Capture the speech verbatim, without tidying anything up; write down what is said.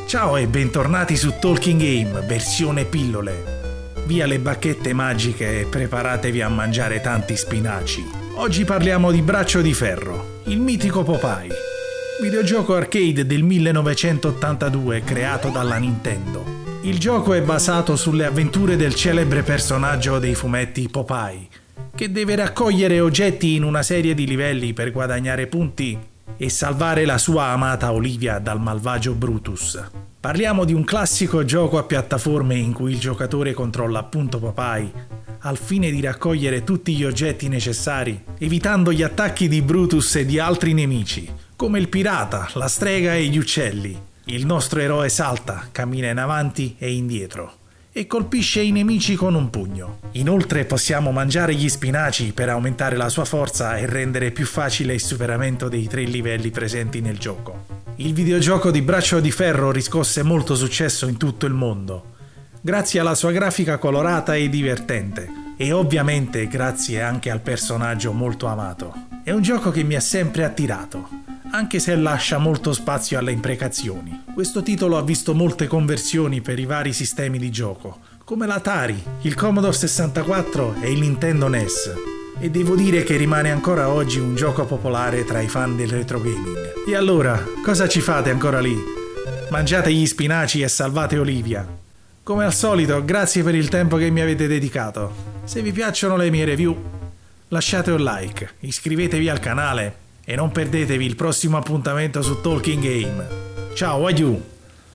Ciao e bentornati su Talking Game, versione pillole. Via le bacchette magiche e preparatevi a mangiare tanti spinaci. Oggi parliamo di Braccio di Ferro, il mitico Popeye. Videogioco arcade del millenovecentottantadue creato dalla Nintendo. Il gioco è basato sulle avventure del celebre personaggio dei fumetti Popeye, che deve raccogliere oggetti in una serie di livelli per guadagnare punti e salvare la sua amata Olivia dal malvagio Brutus. Parliamo di un classico gioco a piattaforme in cui il giocatore controlla appunto Popeye al fine di raccogliere tutti gli oggetti necessari, evitando gli attacchi di Brutus e di altri nemici, come il pirata, la strega e gli uccelli. Il nostro eroe salta, cammina in avanti e indietro e colpisce i nemici con un pugno. Inoltre possiamo mangiare gli spinaci per aumentare la sua forza e rendere più facile il superamento dei tre livelli presenti nel gioco. Il videogioco di Braccio di Ferro riscosse molto successo in tutto il mondo, grazie alla sua grafica colorata e divertente, e ovviamente grazie anche al personaggio molto amato. È un gioco che mi ha sempre attirato, anche se lascia molto spazio alle imprecazioni. Questo titolo ha visto molte conversioni per i vari sistemi di gioco, come l'Atari, il Commodore sessantaquattro e il Nintendo N E S. E devo dire che rimane ancora oggi un gioco popolare tra i fan del retro gaming. E allora, cosa ci fate ancora lì? Mangiate gli spinaci e salvate Olivia. Come al solito, grazie per il tempo che mi avete dedicato. Se vi piacciono le mie review, lasciate un like, iscrivetevi al canale e non perdetevi il prossimo appuntamento su Talking Game. Ciao, adieu!